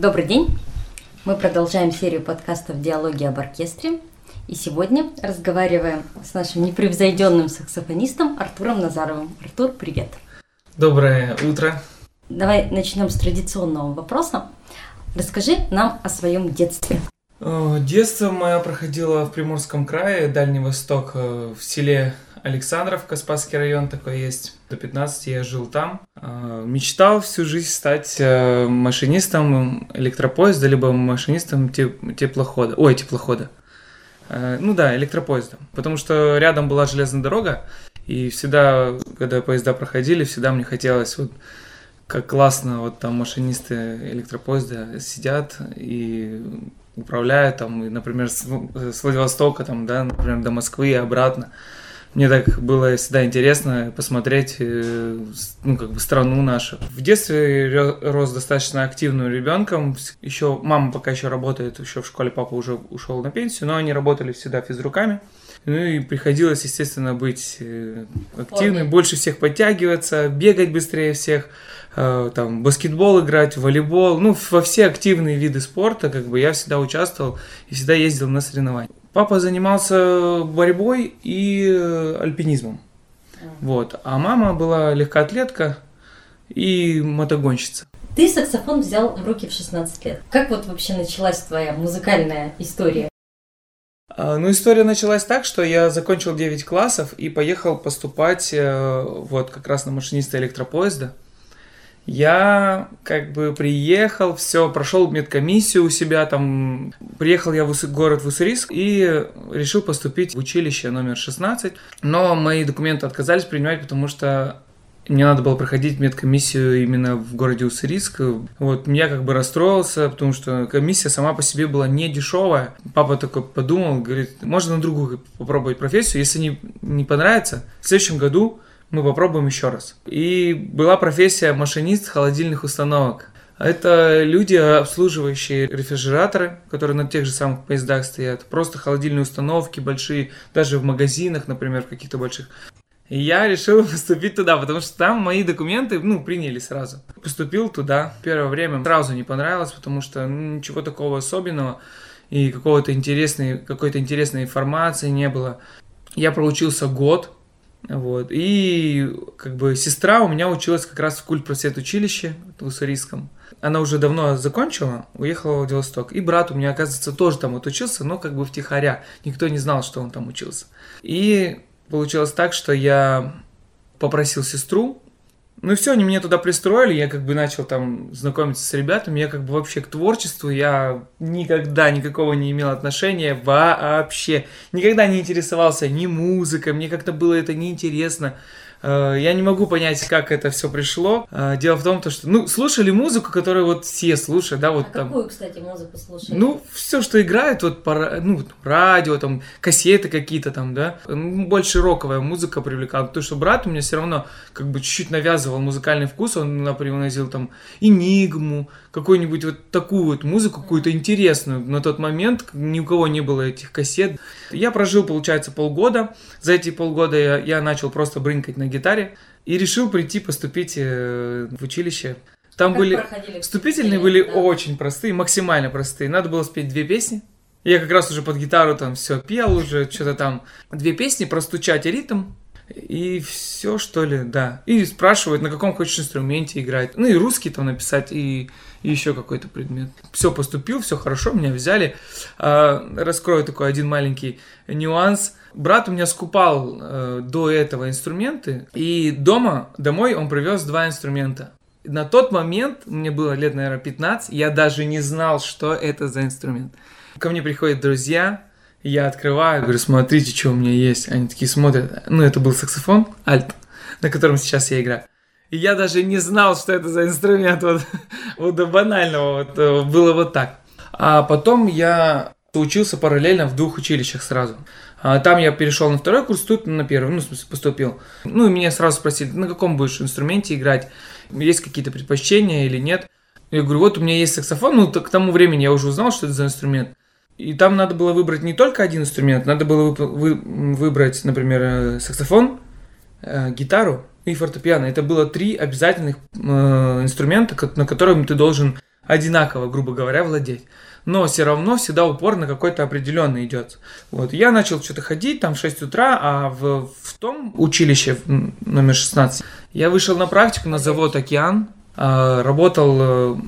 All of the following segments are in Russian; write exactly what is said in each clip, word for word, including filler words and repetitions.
Добрый день! Мы продолжаем серию подкастов «Диалоги об оркестре». И сегодня разговариваем с нашим непревзойденным саксофонистом Артуром Назаровым. Артур, привет! Доброе утро! Давай начнем с традиционного вопроса. Расскажи нам о своем детстве. Детство мое проходило в Приморском крае, Дальний Восток, в селе Александровка, Спасский район такой есть. До пятнадцати я жил там. Мечтал всю жизнь стать машинистом электропоезда, либо машинистом теплохода. Ой, теплохода. Ну да, электропоезда. Потому что рядом была железная дорога, и всегда, когда поезда проходили, всегда мне хотелось вот как классно, вот там машинисты электропоезда сидят и управляют там, и, например, с, с Владивостока там, да, например, до Москвы и обратно. Мне так было всегда интересно посмотреть, ну, как бы страну нашу. В детстве рос достаточно активным ребенком. Еще мама пока еще работает, еще в школе, папа уже ушел на пенсию, но они работали всегда физруками. Ну и приходилось, естественно, быть активным, больше всех подтягиваться, бегать быстрее всех, там, баскетбол играть, волейбол. Ну, во все активные виды спорта, как бы, я всегда участвовал и всегда ездил на соревнования. Папа занимался борьбой и альпинизмом, вот, а мама была легкоатлетка и мотогонщица. Ты саксофон взял в руки в шестнадцать лет. Как вот вообще началась твоя музыкальная история? Ну, история началась так, что я закончил девять классов и поехал поступать вот как раз на машиниста электропоезда. Я как бы приехал, все, прошел медкомиссию у себя, там, приехал я в город в Уссурийск и решил поступить в училище номер шестнадцать, но мои документы отказались принимать, потому что мне надо было проходить медкомиссию именно в городе Уссурийск. Вот, я как бы расстроился, потому что комиссия сама по себе была не дешевая. Папа такой подумал, говорит, можно на другую попробовать профессию, если не, не понравится, в следующем году мы попробуем еще раз. И была профессия машинист холодильных установок. Это люди, обслуживающие рефрижераторы, которые на тех же самых поездах стоят. Просто холодильные установки большие, даже в магазинах, например, в каких-то больших. И я решил поступить туда, потому что там мои документы, ну, приняли сразу. Поступил туда. Первое время сразу не понравилось, потому что ну, ничего такого особенного и какого-то интересной, какой-то интересной информации не было. Я проучился год. Вот. И как бы сестра у меня училась как раз в культпросветучилище в Уссурийском. Она уже давно закончила, уехала в Владивосток. И брат у меня, оказывается, тоже там вот учился, но как бы втихаря. Никто не знал, что он там учился. И получилось так, что я попросил сестру. Ну и все, они меня туда пристроили, я как бы начал там знакомиться с ребятами, я как бы вообще к творчеству, я никогда никакого не имел отношения вообще, никогда не интересовался ни музыкой, мне как-то было это неинтересно. Я не могу понять, как это все пришло. Дело в том, что, ну, слушали музыку, которую вот все слушают, да, вот а там. Какую, кстати, музыку слушали? Ну, все, что играет, вот по, ну, радио, там, кассеты какие-то там, да. Больше роковая музыка привлекала, потому что брат у меня все равно как бы чуть-чуть навязывал музыкальный вкус, он, например, привозил там Энигму, какую-нибудь вот такую вот музыку, какую-то интересную. На тот момент ни у кого не было этих кассет. Я прожил, получается, полгода. За эти полгода я, я начал просто брынкать на гитаре и решил прийти поступить в училище. Там как были вступительные были да? очень простые, максимально простые. Надо было спеть две песни. Я как раз уже под гитару там все пел уже, что-то там. Две песни, простучать ритм. И все, что ли, да. И спрашивают, на каком хочешь инструменте играть. Ну и русский там написать, и, и еще какой-то предмет. Все, поступил, все хорошо, меня взяли. А, раскрою такой один маленький нюанс. Брат у меня скупал э, до этого инструменты, и дома, домой он привез два инструмента. На тот момент, мне было лет, наверное, пятнадцать, я даже не знал, что это за инструмент. Ко мне приходят друзья, я открываю, говорю, смотрите, что у меня есть. Они такие смотрят. Ну, это был саксофон, альт, на котором сейчас я играю. И я даже не знал, что это за инструмент. Вот, вот до банального. Вот, было вот так. А потом я учился параллельно в двух училищах сразу. А там я перешел на второй курс, тут на первый, ну, в смысле, поступил. Ну, и меня сразу спросили, на каком будешь инструменте играть? Есть какие-то предпочтения или нет? Я говорю, вот у меня есть саксофон. Ну, к тому времени я уже узнал, что это за инструмент. И там надо было выбрать не только один инструмент, надо было вы, вы, выбрать, например, саксофон, э, гитару и фортепиано. Это было три обязательных э, инструмента, на которых ты должен одинаково, грубо говоря, владеть. Но все равно всегда упор на какой-то определенный идет. Вот. Я начал что-то ходить там в шесть утра, а в, в том училище номер шестнадцать я вышел на практику на завод «Океан», работал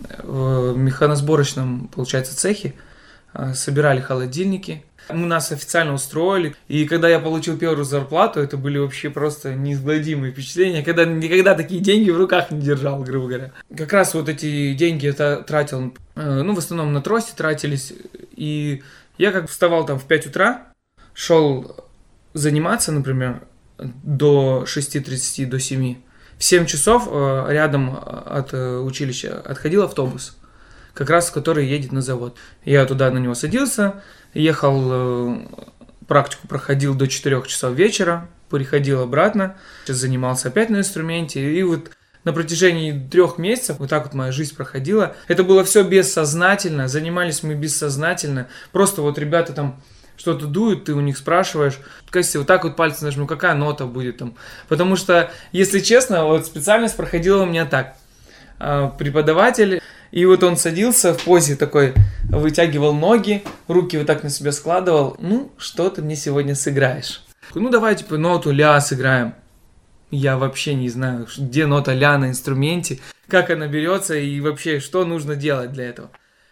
в механосборочном, получается, цехе, собирали холодильники. Мы нас официально устроили, и когда я получил первую зарплату, это были вообще просто неизгладимые впечатления, когда никогда такие деньги в руках не держал, грубо говоря. Как раз вот эти деньги я тратил, ну, в основном на трости тратились, и я как вставал там в пять утра, шел заниматься, например, до шести тридцати, до семи. В семь часов рядом от училища отходил автобус, как раз который едет на завод. Я туда на него садился, ехал, практику проходил до четырёх часов вечера, приходил обратно, занимался опять на инструменте, и вот на протяжении трех месяцев вот так вот моя жизнь проходила. Это было все бессознательно, занимались мы бессознательно, просто вот ребята там что-то дуют, ты у них спрашиваешь, Костя, вот так вот пальцы нажму, какая нота будет там, потому что, если честно, вот специальность проходила у меня так, преподаватель. И вот он садился в позе такой, вытягивал ноги, руки вот так на себя складывал. Ну, что ты мне сегодня сыграешь? Ну, давай, типа, ноту ля сыграем. Я вообще не знаю, где нота ля на инструменте, как она берется и вообще, что нужно делать для этого.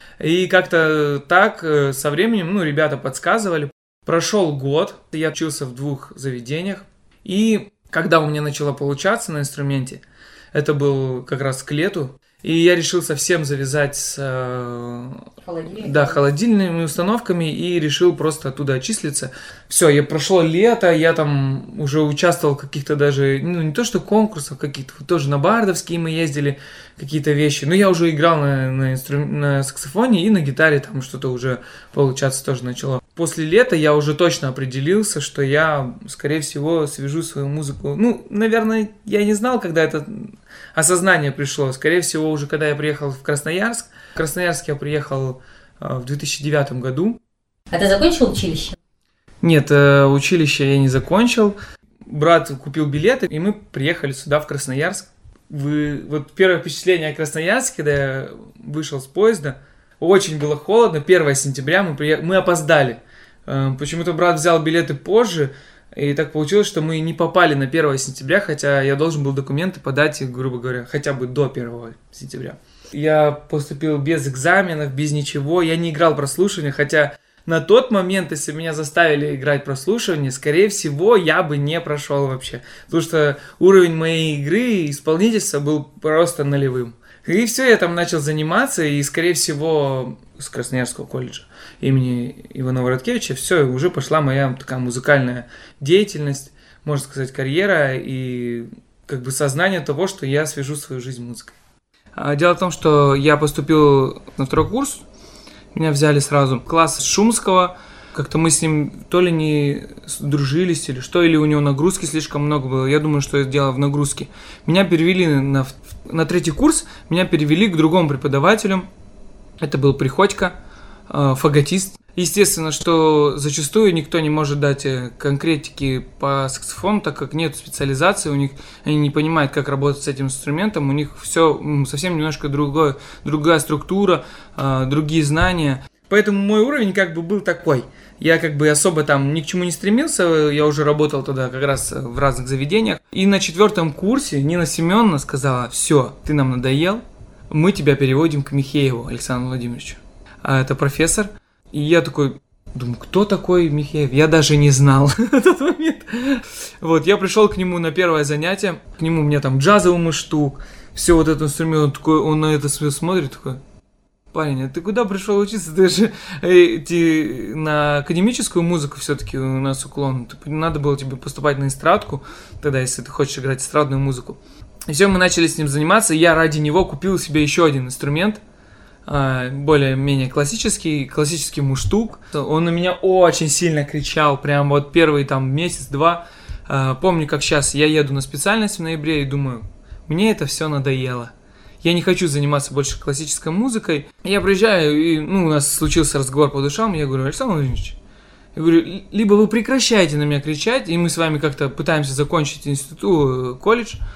И как-то так со временем, ну, ребята подсказывали. Прошел год, я учился в двух заведениях. И когда у меня начало получаться на инструменте, это был как раз к лету, и я решил совсем завязать с Холодильник. да, холодильными установками и решил просто оттуда отчислиться. Все, я прошло лето, я там уже участвовал в каких-то даже, ну не то что конкурсах, каких-то, вот тоже на бардовские мы ездили, какие-то вещи. Но я уже играл на, на, инстру... на саксофоне и на гитаре, там что-то уже получаться тоже начало. После лета я уже точно определился, что я, скорее всего, свяжу свою музыку. Ну, наверное, я не знал, когда это осознание пришло. Скорее всего, уже когда я приехал в Красноярск. В Красноярск я приехал в две тысячи девятом году. А ты закончил училище? Нет, училище я не закончил. Брат купил билеты, и мы приехали сюда, в Красноярск. Вы... Вот первое впечатление о Красноярске, когда я вышел с поезда, очень было холодно. первое сентября мы, приех... мы опоздали. Почему-то брат взял билеты позже, и так получилось, что мы не попали на первое сентября, хотя я должен был документы подать, грубо говоря, хотя бы до первого сентября. Я поступил без экзаменов, без ничего, я не играл прослушивание, хотя на тот момент, если меня заставили играть прослушивание, скорее всего, я бы не прошел вообще, потому что уровень моей игры и исполнительства был просто нулевым. И все, я там начал заниматься, и, скорее всего, с Красноярского колледжа имени Иванова-Родкевича, все, уже пошла моя такая музыкальная деятельность, можно сказать, карьера и как бы сознание того, что я свяжу свою жизнь музыкой. Дело в том, что я поступил на второй курс, меня взяли сразу в класс Шумского, как-то мы с ним то ли не дружились или что, или у него нагрузки слишком много было, я думаю, что это дело в нагрузке. Меня перевели на, на третий курс, меня перевели к другому преподавателю, это был Приходько, фаготист. Естественно, что зачастую никто не может дать конкретики по саксофону, так как нет специализации у них, они не понимают, как работать с этим инструментом, у них все совсем немножко другое, другая структура, другие знания. Поэтому мой уровень как бы был такой. Я как бы особо там ни к чему не стремился, я уже работал тогда как раз в разных заведениях. И на четвертом курсе Нина Семеновна сказала: все, ты нам надоел, мы тебя переводим к Михееву Александру Владимировичу. А это профессор. И я такой, думаю, кто такой Михеев? Я даже не знал в тот момент. Вот, я пришел к нему на первое занятие, к нему у меня там джазовый муштук, все вот это инструмент, он такой, он на это все смотрит, такой: парень, а ты куда пришел учиться? Ты же ты, на академическую музыку все-таки у нас уклон. Надо было тебе поступать на эстрадку, тогда, если ты хочешь играть эстрадную музыку. И все, мы начали с ним заниматься, и я ради него купил себе еще один инструмент, более-менее классический, классический муштук. Он на меня очень сильно кричал, прям вот первый там месяц-два. Помню, как сейчас я еду на специальность в ноябре и думаю, мне это все надоело. Я не хочу заниматься больше классической музыкой. Я приезжаю, и ну, у нас случился разговор по душам, я говорю: Александр Владимирович, я говорю, либо вы прекращаете на меня кричать, и мы с вами как-то пытаемся закончить институт, колледж,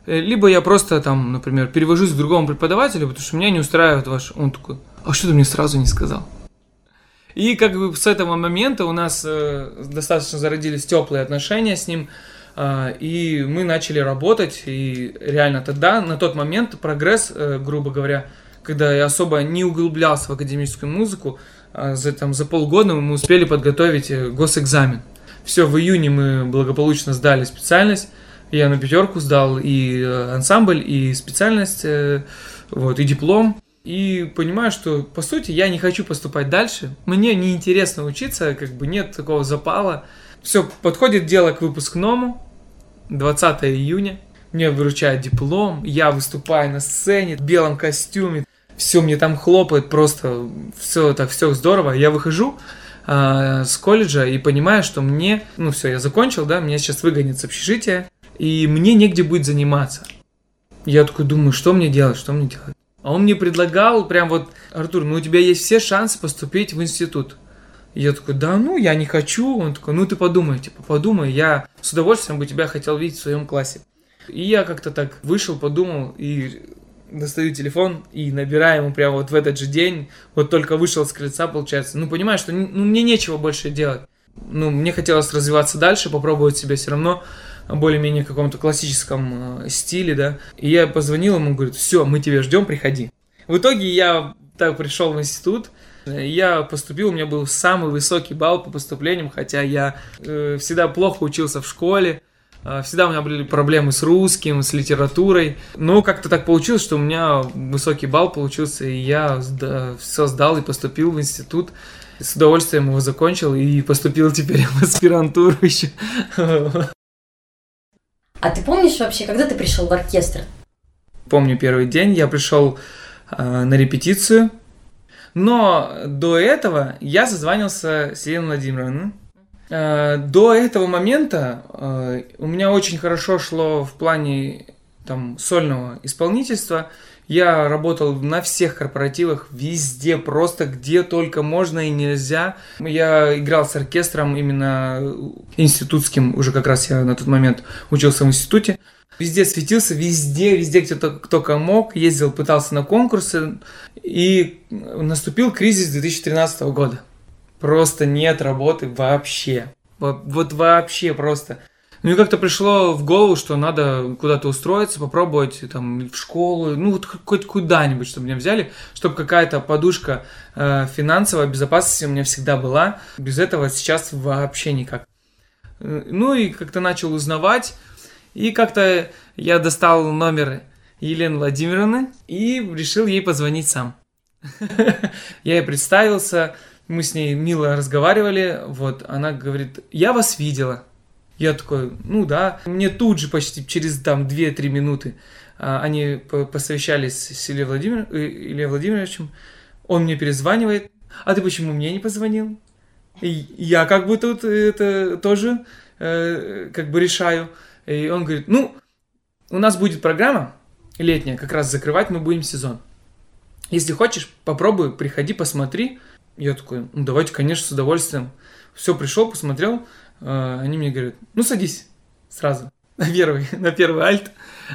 Либо я просто там, например, перевожусь к другому преподавателю, потому что меня не устраивает ваш... Он такой, а что ты мне сразу не сказал? И как бы с этого момента у нас э, достаточно зародились теплые отношения с ним, э, и мы начали работать, и реально тогда, на тот момент, прогресс, э, грубо говоря, когда я особо не углублялся в академическую музыку, э, за, там, за полгода мы успели подготовить госэкзамен. Все, в июне мы благополучно сдали специальность. Я на пятерку сдал и ансамбль, и специальность, вот, и диплом. И понимаю, что, по сути, я не хочу поступать дальше. Мне неинтересно учиться, как бы нет такого запала. Все, подходит дело к выпускному. двадцатого июня. Мне выручает диплом. Я выступаю на сцене в белом костюме. Все мне там хлопает, просто все так, все здорово. Я выхожу э, с колледжа и понимаю, что мне, ну все, я закончил, да, меня сейчас выгонят с общежития. И мне негде будет заниматься. Я такой думаю, что мне делать, что мне делать? А он мне предлагал прям вот, Артур, ну у тебя есть все шансы поступить в институт. И я такой, да ну, я не хочу. Он такой, ну ты подумай, типа, подумай, я с удовольствием бы тебя хотел видеть в своем классе. И я как-то так вышел, подумал, и достаю телефон, и набираю ему прямо вот в этот же день, вот только вышел с крыльца, получается. Ну, понимаю, что ну, мне нечего больше делать. Ну, мне хотелось развиваться дальше, попробовать себя все равно более-менее в каком-то классическом э, стиле, да. И я позвонил ему, говорит, все, мы тебя ждем, приходи. В итоге я так пришел в институт, я поступил, у меня был самый высокий балл по поступлениям, хотя я э, всегда плохо учился в школе, э, всегда у меня были проблемы с русским, с литературой, но как-то так получилось, что у меня высокий балл получился, и я сда- все сдал и поступил в институт. С удовольствием его закончил и поступил теперь в аспирантуру еще. А ты помнишь вообще, когда ты пришел в оркестр? Помню первый день, я пришел э, на репетицию, но до этого я созванивался с Еленой Владимировной. Э, до этого момента э, у меня очень хорошо шло в плане там, сольного исполнительства. Я работал на всех корпоративах, везде, просто где только можно и нельзя. Я играл с оркестром именно институтским, уже как раз я на тот момент учился в институте. Везде светился, везде, везде кто-то, кто мог, ездил, пытался на конкурсы. И наступил кризис две тысячи тринадцатого года. Просто нет работы вообще. Вот, вот вообще просто. Ну и как-то пришло в голову, что надо куда-то устроиться, попробовать там в школу, ну вот хоть куда-нибудь, чтобы меня взяли, чтобы какая-то подушка э, финансовой безопасности у меня всегда была. Без этого сейчас вообще никак. Ну и как-то начал узнавать, и как-то я достал номер Елены Владимировны и решил ей позвонить сам. Я ей представился, мы с ней мило разговаривали, вот, она говорит, я вас видела. Я такой, ну да, мне тут же почти через там две-три минуты а, они посовещались с Ильей, Владимир... Ильей Владимировичем, он мне перезванивает, а ты почему мне не позвонил? И я как бы тут это тоже э, как бы решаю. И он говорит, ну, у нас будет программа летняя, как раз закрывать мы будем сезон. Если хочешь, попробуй, приходи, посмотри. Я такой, ну давайте, конечно, с удовольствием. Все, пришел, посмотрел. Они мне говорят, ну садись сразу на первый, на первый альт,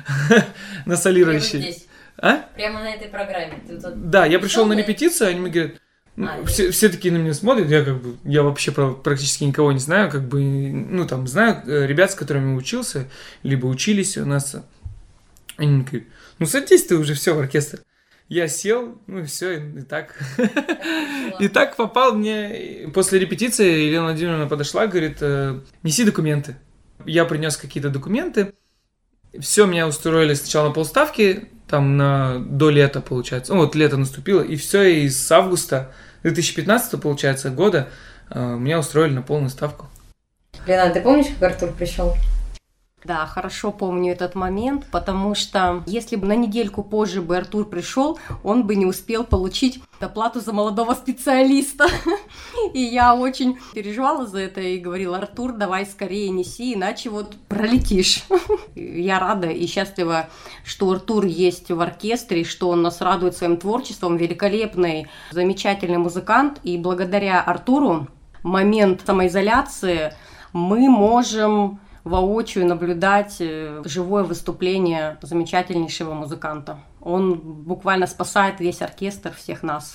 на солирующий. Прямо здесь? А? Прямо на этой программе? Ты тут да, я пришел на на... репетицию, они мне говорят, ну, а, все, все такие на меня смотрят, я как бы, я вообще практически никого не знаю, как бы, ну там, знаю ребят, с которыми учился, либо учились у нас. Они мне говорят, ну садись ты уже, все, в оркестр. Я сел, ну и все, и так. И так попал мне... После репетиции Елена Владимировна подошла, говорит, неси документы. Я принес какие-то документы. Все, меня устроили сначала на полставки, там на... до лета, получается. Ну, вот лето наступило, и все, и с августа две тысячи пятнадцатого, получается, года меня устроили на полную ставку. Лена, ты помнишь, как Артур пришел? Да, хорошо помню этот момент, потому что если бы на недельку позже бы Артур пришел, он бы не успел получить доплату за молодого специалиста. И я очень переживала за это и говорила, Артур, давай скорее неси, иначе вот пролетишь. Я рада и счастлива, что Артур есть в оркестре, что он нас радует своим творчеством, великолепный, замечательный музыкант. И благодаря Артуру момент самоизоляции мы можем воочию наблюдать живое выступление замечательнейшего музыканта. Он буквально спасает весь оркестр, всех нас.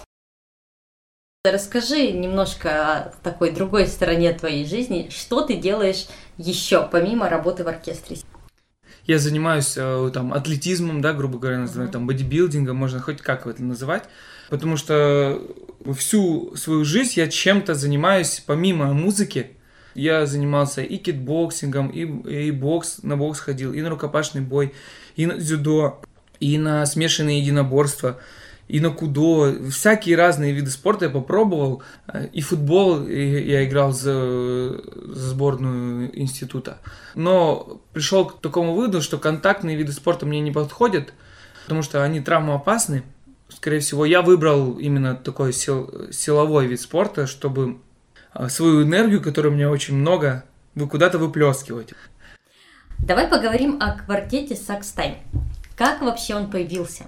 Расскажи немножко о такой другой стороне твоей жизни. Что ты делаешь еще, помимо работы в оркестре? Я занимаюсь там атлетизмом, да, грубо говоря, называю, там бодибилдингом, можно хоть как это называть, потому что всю свою жизнь я чем-то занимаюсь помимо музыки. Я занимался и кикбоксингом, и, и бокс, на бокс ходил, и на рукопашный бой, и на дзюдо, и на смешанные единоборства, и на кудо. Всякие разные виды спорта я попробовал. И футбол и я играл за, за сборную института. Но пришел к такому выводу, что контактные виды спорта мне не подходят, потому что они травмоопасны. Скорее всего, я выбрал именно такой сил, силовой вид спорта, чтобы свою энергию, которой у меня очень много, вы куда-то выплескивать. Давай поговорим о квартете Sax Time. Как вообще он появился?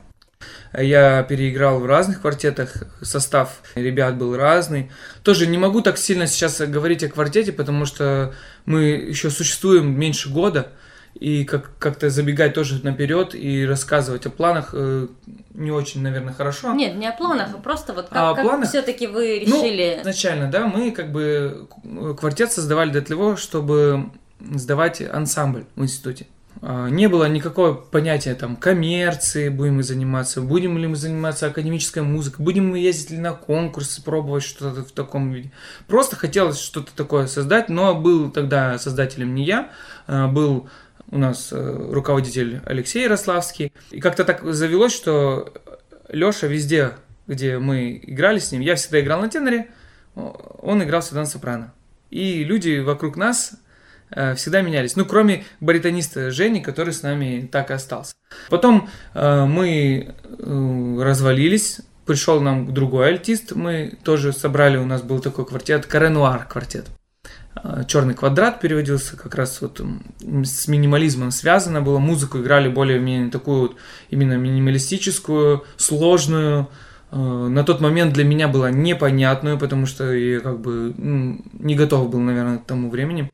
Я переиграл в разных квартетах, состав ребят был разный. Тоже не могу так сильно сейчас говорить о квартете, потому что мы еще существуем меньше года, и как- как-то забегать тоже наперед и рассказывать о планах э, не очень, наверное, хорошо. Нет, не о планах, а просто вот как, А о как планах? все-таки вы Ну, решили... изначально, да, мы как бы квартет создавали для того, чтобы сдавать ансамбль в институте. А, Не было никакого понятия там коммерции, будем мы заниматься, будем ли мы заниматься академической музыкой, будем мы ездить ли на конкурсы, пробовать что-то в таком виде. Просто хотелось что-то такое создать, но был тогда создателем не я, а, был у нас э, руководитель Алексей Ярославский. И как-то так завелось, что Леша везде, где мы играли с ним, я всегда играл на теноре, он играл всегда на сопрано. И люди вокруг нас э, всегда менялись. Ну, кроме баритониста Жени, который с нами так и остался. Потом э, мы э, развалились, пришел нам другой альтист, мы тоже собрали, у нас был такой квартет, Каренуар квартет. Черный квадрат переводился, как раз вот с минимализмом связано было. Музыку играли более-менее такую вот именно минималистическую, сложную. На тот момент для меня было непонятную, потому что я как бы ну, не готов был, наверное, к тому времени.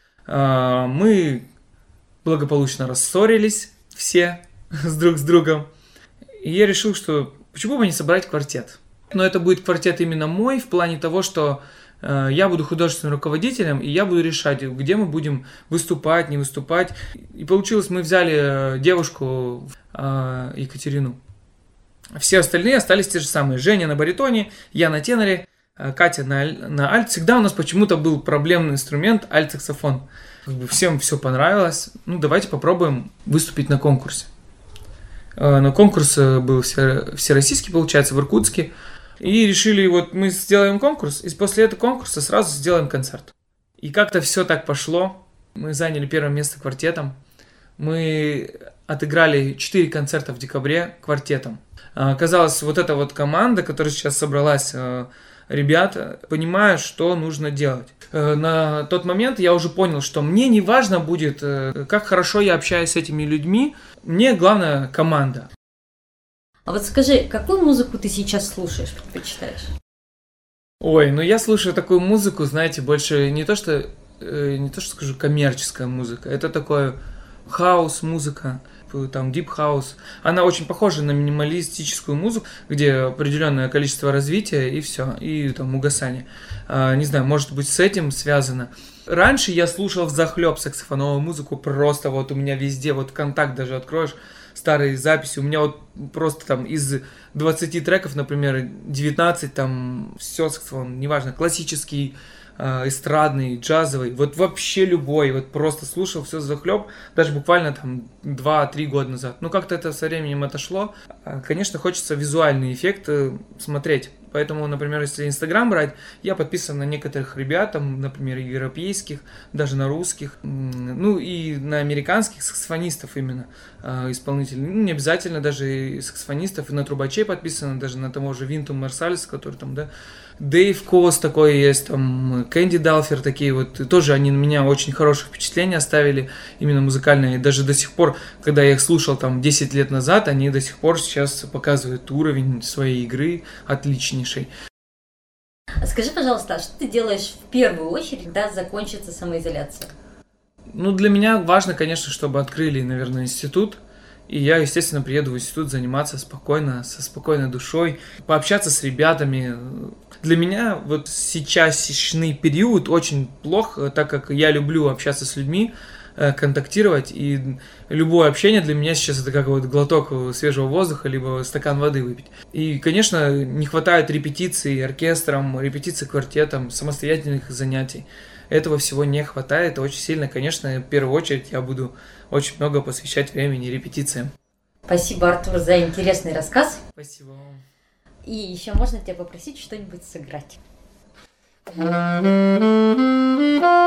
Мы благополучно рассорились все с друг с другом. И я решил, что почему бы не собрать квартет. Но это будет квартет именно мой в плане того, что я буду художественным руководителем, и я буду решать, где мы будем выступать, не выступать. И получилось, мы взяли девушку Екатерину. Все остальные остались те же самые. Женя на баритоне, я на теноре, Катя на, на альт. Всегда у нас почему-то был проблемный инструмент альт-саксофон. Всем все понравилось. Ну, давайте попробуем выступить на конкурсе. Но конкурс был всероссийский, получается, в Иркутске. И решили, вот мы сделаем конкурс, и после этого конкурса сразу сделаем концерт. И как-то все так пошло. Мы заняли первое место квартетом. Мы отыграли четыре концерта в декабре квартетом. Оказалось, вот эта вот команда, которая сейчас собралась, ребята, понимают, что нужно делать. На тот момент я уже понял, что мне не важно будет, как хорошо я общаюсь с этими людьми. Мне главное команда. А вот скажи, какую музыку ты сейчас слушаешь, предпочитаешь? Ой, ну я слушаю такую музыку, знаете, больше не то, что, э, не то, что скажу, коммерческая музыка. Это такое хаус-музыка, там дип-хаус. Она очень похожа на минималистическую музыку, где определенное количество развития и все, и там угасание. А, не знаю, может быть с этим связано. Раньше я слушал взахлеб саксофоновую музыку, просто вот у меня везде, вот контакт даже откроешь, старые записи, у меня вот просто там из двадцати треков, например, девятнадцать там все саксофон, неважно, классический, э, эстрадный, джазовый, вот вообще любой, вот просто слушал все захлеб, даже буквально там два-три года назад. Ну как-то это со временем отошло. Конечно, хочется визуальный эффект смотреть. Поэтому, например, если Инстаграм брать, я подписан на некоторых ребят, там, например, европейских, даже на русских, ну и на американских саксофонистов именно э, исполнителей. Ну, не обязательно даже и саксофонистов, и на трубачей подписано, даже на того же Винту Марсалиса, который там, да, Дэйв Кос такой есть, там, Кэнди Далфер, такие вот, и тоже они на меня очень хорошее впечатление оставили, именно музыкальное, и даже до сих пор, когда я их слушал там десять лет назад, они до сих пор сейчас показывают уровень своей игры отличнейший. Скажи, пожалуйста, а что ты делаешь в первую очередь, когда закончится самоизоляция? Ну, для меня важно, конечно, чтобы открыли, наверное, институт. И я, естественно, приеду в институт заниматься спокойно, со спокойной душой, пообщаться с ребятами. Для меня вот сейчасшний период очень плох, так как я люблю общаться с людьми, контактировать, и любое общение для меня сейчас это как вот глоток свежего воздуха, либо стакан воды выпить. И, конечно, не хватает репетиций оркестром, репетиций квартетом, самостоятельных занятий. Этого всего не хватает очень сильно. Конечно, в первую очередь я буду очень много посвящать времени репетициям. Спасибо, Артур, за интересный рассказ. Спасибо вам. И еще можно тебя попросить что-нибудь сыграть.